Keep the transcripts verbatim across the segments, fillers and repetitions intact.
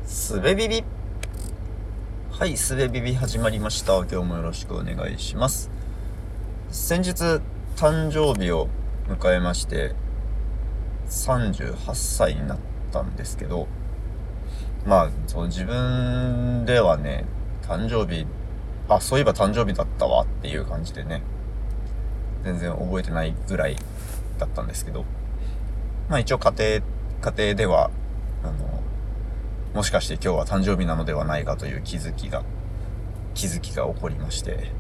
すべビビはい、すべビビ始まりました。今日もよろしくお願いします。先日誕生日を迎えましてさんじゅうはっさいになったんですけど、まあその自分ではね、誕生日あそういえば誕生日だったわっていう感じでね、全然覚えてないぐらいだったんですけど、まあ一応家庭家庭ではあのもしかして今日は誕生日なのではないかという気づきが気づきが起こりまして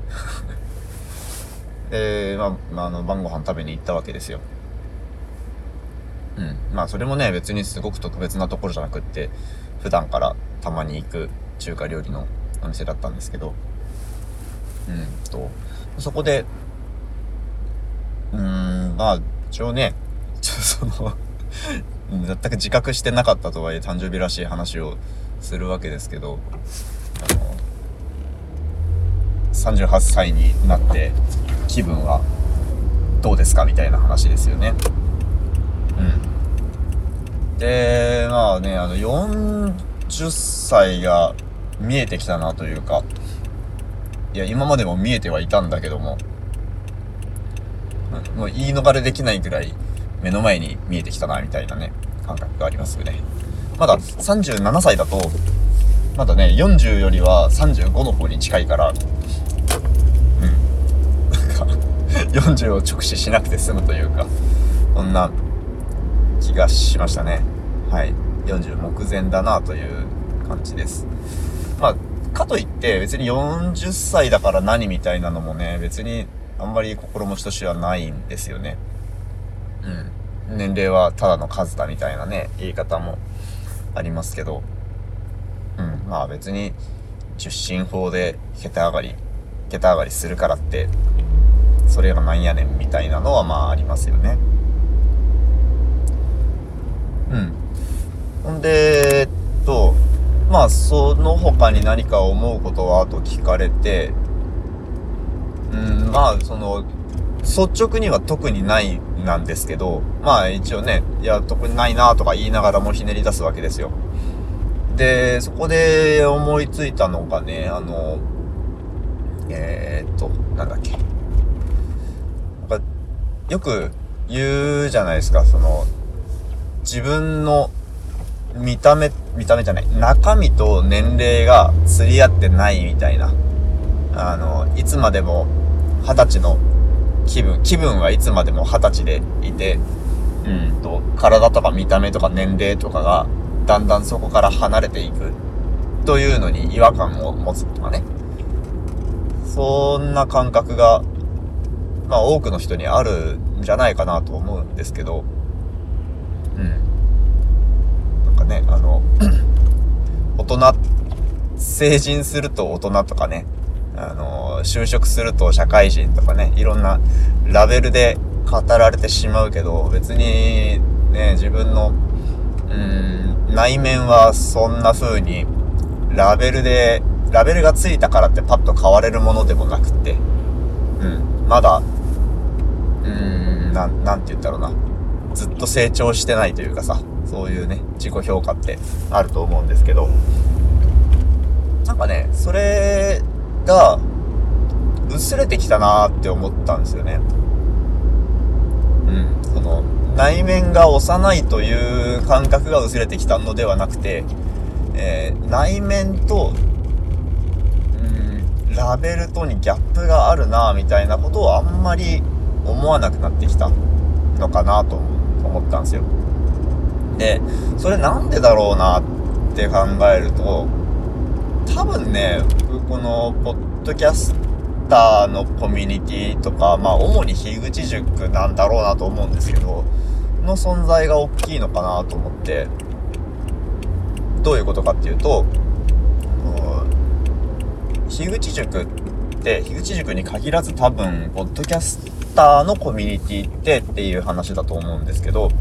で、まあ、まあ、あの晩ご飯食べに行ったわけですよ。うんまあそれもね、別にすごく特別なところじゃなくって、普段からたまに行く中華料理のお店だったんですけど、うんとそこでうーんまあ一応ね、ちょその全く自覚してなかったとはいえ誕生日らしい話をするわけですけど、あのさんじゅうはっさいになって気分はどうですかみたいな話ですよね。うんでまあね、あのよんじゅっさいが見えてきたなというか、いや今までも見えてはいたんだけども、もう言い逃れできないぐらい目の前に見えてきたなみたいなね感覚がありますよね。まださんじゅうななさいだとまだね、よんじゅうよりはさんじゅうごの方に近いから、うんなんかよんじゅうを直視しなくて済むというか、そんな気がしましたね。はい、よんじゅう目前だなという感じです。まあかといって別によんじゅっさいだから何みたいなのもね、別にあんまり心持ちとしてはないんですよね。うん年齢はただの数だみたいなね言い方もありますけど、うんまあ別に十進法で桁上がり桁上がりするからってそれがなんやねんみたいなのはまあありますよね。うんほんでえっとまあその他に何か思うことはと聞かれて、うんまあその率直には特にないなんですけど、まあ一応ね、いや特にないなとか言いながらもひねり出すわけですよ。でそこで思いついたのがね、あのえー、っとなんだっけ、なんかよく言うじゃないですか、その自分の見た目見た目じゃない中身と年齢が釣り合ってないみたいな、あのいつまでも二十歳の気分気分はいつまでも二十歳でいて、うんと体とか見た目とか年齢とかがだんだんそこから離れていくというのに違和感を持つとかね、そんな感覚がまあ多くの人にあるんじゃないかなと思うんですけど、うんなんかね、あの大人成人すると大人とかね、あの就職すると社会人とかね、いろんなラベルで語られてしまうけど、別にね自分のうーん内面はそんな風にラベルでラベルがついたからってパッと変われるものでもなくって、うんまだうーんななんて言ったろうな、ずっと成長してないというかさ、そういうね自己評価ってあると思うんですけど、なんかねそれが薄れてきたなーって思ったんですよね。うんその内面が幼いという感覚が薄れてきたのではなくて、えー、内面とうんラベルとにギャップがあるなみたいなことをあんまり思わなくなってきたのかなと思ったんですよ。でそれなんでだろうなって考えると、多分ね僕このポッドキャスターのコミュニティとか、まあ主に樋口塾なんだろうなと思うんですけどの存在が大きいのかなと思って、どういうことかっていうと、樋口塾って樋口塾に限らず多分ポッドキャスターのコミュニティってっていう話だと思うんですけど、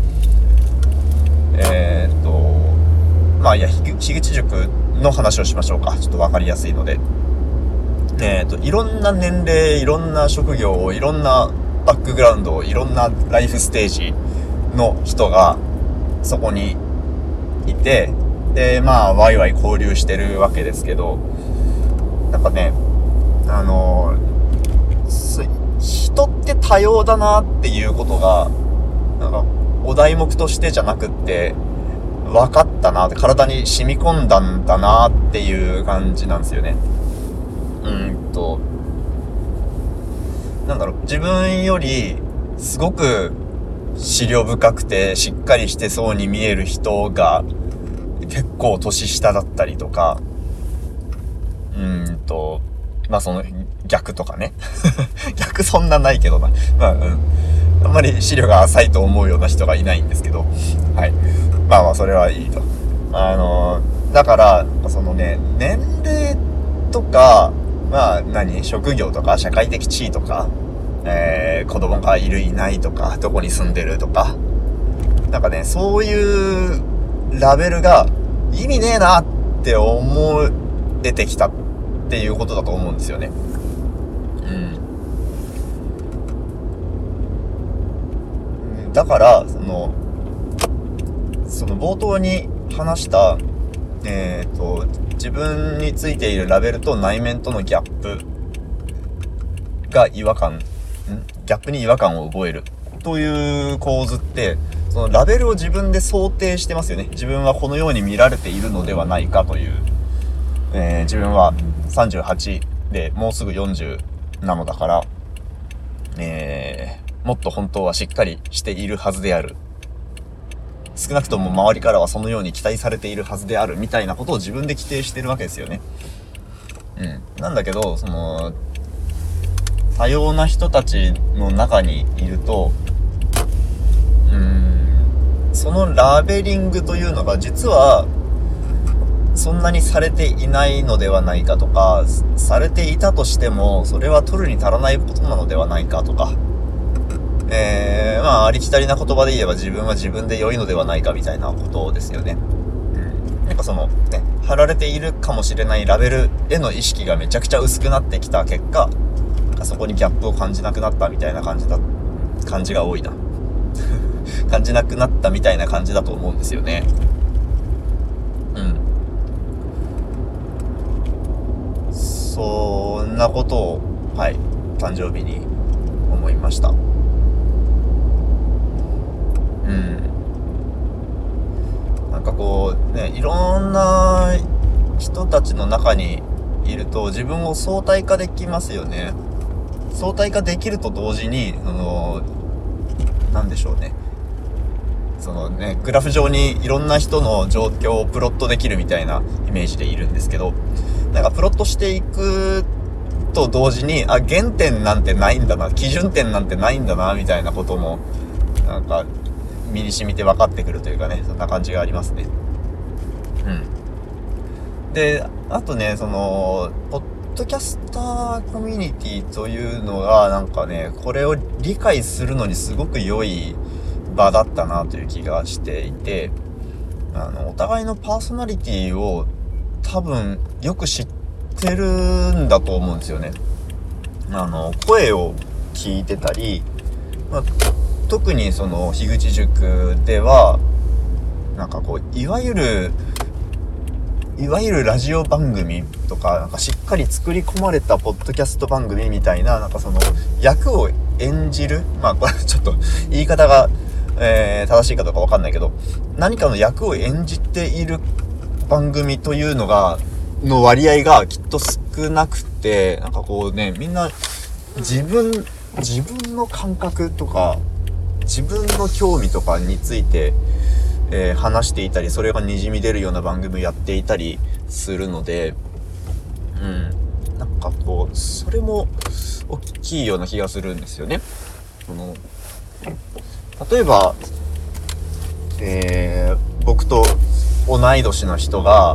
えー、っとまあいや樋口塾の話をしましょうか、ちょっと分かりやすいので。えー、といろんな年齢いろんな職業いろんなバックグラウンドいろんなライフステージの人がそこにいて、 でまあワイワイ交流してるわけですけど、なんかね、あの人って多様だなっていうことがなんかお題目としてじゃなくって分かったなって、体に染み込んだんだなっていう感じなんですよね。うーんとなんだろう、自分よりすごく思慮深くてしっかりしてそうに見える人が結構年下だったりとか、うーんとまあその逆とかね逆そんなないけどな、まあ、うん、あんまり資料が浅いと思うような人がいないんですけど、はい、まあまあそれはいいと。あのだからそのね、年齢とかまあ何職業とか社会的地位とか、えー、子供がいるいないとかどこに住んでるとか、なんかねそういうラベルが意味ねえなって思えてきたっていうことだと思うんですよね。うん。だからそのその冒頭に話したえっと自分についているラベルと内面とのギャップが違和感、んギャップに違和感を覚えるという構図って、そのラベルを自分で想定してますよね。自分はこのように見られているのではないかという、えー、自分はさんじゅうはちでもうすぐよんじゅうなのだから、えー、もっと本当はしっかりしているはずである、少なくとも周りからはそのように期待されているはずであるみたいなことを自分で規定してるわけですよね。うん。なんだけどその多様な人たちの中にいると、うーんそのラベリングというのが実はそんなにされていないのではないかとか、されていたとしてもそれは取るに足らないことなのではないかとか、えー、まあありきたりな言葉で言えば自分は自分で良いのではないかみたいなことですよね。うん、なんかそのね、貼られているかもしれないラベルへの意識がめちゃくちゃ薄くなってきた結果、そこにギャップを感じなくなったみたいな感じだ感じが多いな感じなくなったみたいな感じだと思うんですよね。うん。そんなことをはい誕生日に思いました。うん。なんかこうね、いろんな人たちの中にいると自分を相対化できますよね。相対化できると同時に、そのなんでしょうね、そのねグラフ上にいろんな人の状況をプロットできるみたいなイメージでいるんですけど、なんかプロットしていくと同時に、あ、原点なんてないんだな、基準点なんてないんだなみたいなこともなんか身に染みて分かってくるというかね、そんな感じがありますね。うん。で、あとね、そのポッドキャスターコミュニティというのがなんかね、これを理解するのにすごく良い場だったなという気がしていて、あのお互いのパーソナリティを多分よく知ってるんだと思うんですよね。あの声を聞いてたり、まあ、特にその樋口塾ではなんかこういわゆるいわゆるラジオ番組とか、なんかしっかり作り込まれたポッドキャスト番組みたいな、なんかその役を演じる、まあこれちょっと言い方が、えー、正しいかどうかわかんないけど、何かの役を演じている番組というのがの割合がきっと少なくて、なんかこうね、みんな自分自分の感覚とか自分の興味とかについてえー、話していたり、それがにじみ出るような番組をやっていたりするので、うん、なんかこうそれも大きいような気がするんですよね。その例えば、えー、僕と同い年の人が、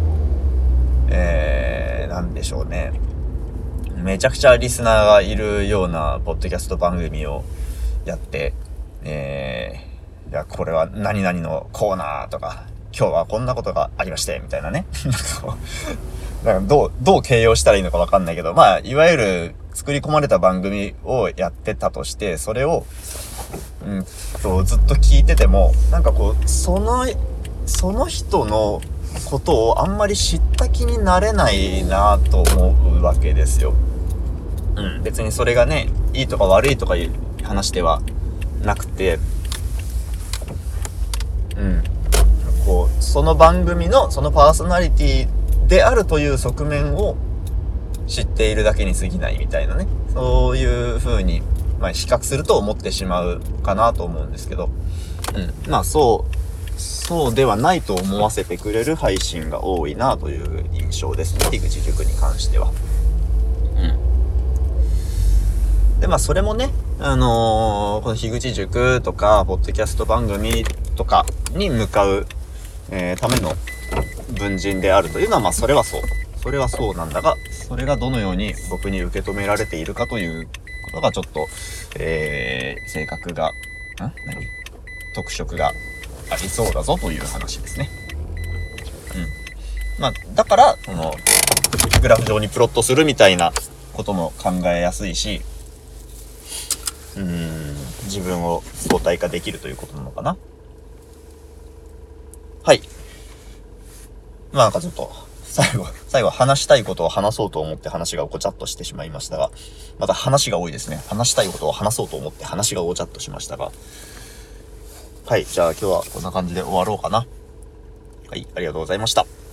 えー、なんでしょうね、めちゃくちゃリスナーがいるようなポッドキャスト番組をやって、えーいやこれは何々のコーナーとか、今日はこんなことがありましてみたいなねなんかどうどう形容したらいいのか分かんないけど、まあいわゆる作り込まれた番組をやってたとして、それをうんとずっと聞いてても、なんかこうそのその人のことをあんまり知った気になれないなと思うわけですよ。うん、別にそれがね、いいとか悪いとかいう話ではなくて、うん、こうその番組のそのパーソナリティであるという側面を知っているだけに過ぎないみたいなね、そういう風に、まあ、比較すると思ってしまうかなと思うんですけど、うん、まあそうそうではないと思わせてくれる配信が多いなという印象ですね、樋口塾に関しては。うん、でまあそれもね、あのー、この樋口塾とかポッドキャスト番組とかに向かう、えー、ための文人であるというのは、まあそれはそうそれはそうなんだが、それがどのように僕に受け止められているかということがちょっと、えー、性格がん何特色がありそうだぞという話ですね。うん。まあだからそのグラフ上にプロットするみたいなことも考えやすいし、うーん自分を相対化できるということなのかな。はい。まあなんかちょっと最後最後話したいことを話そうと思って話がごちゃっとしてしまいましたが、また話が多いですね。話したいことを話そうと思って話がごちゃっとしましたが、はい、じゃあ今日はこんな感じで終わろうかな。はい、ありがとうございました。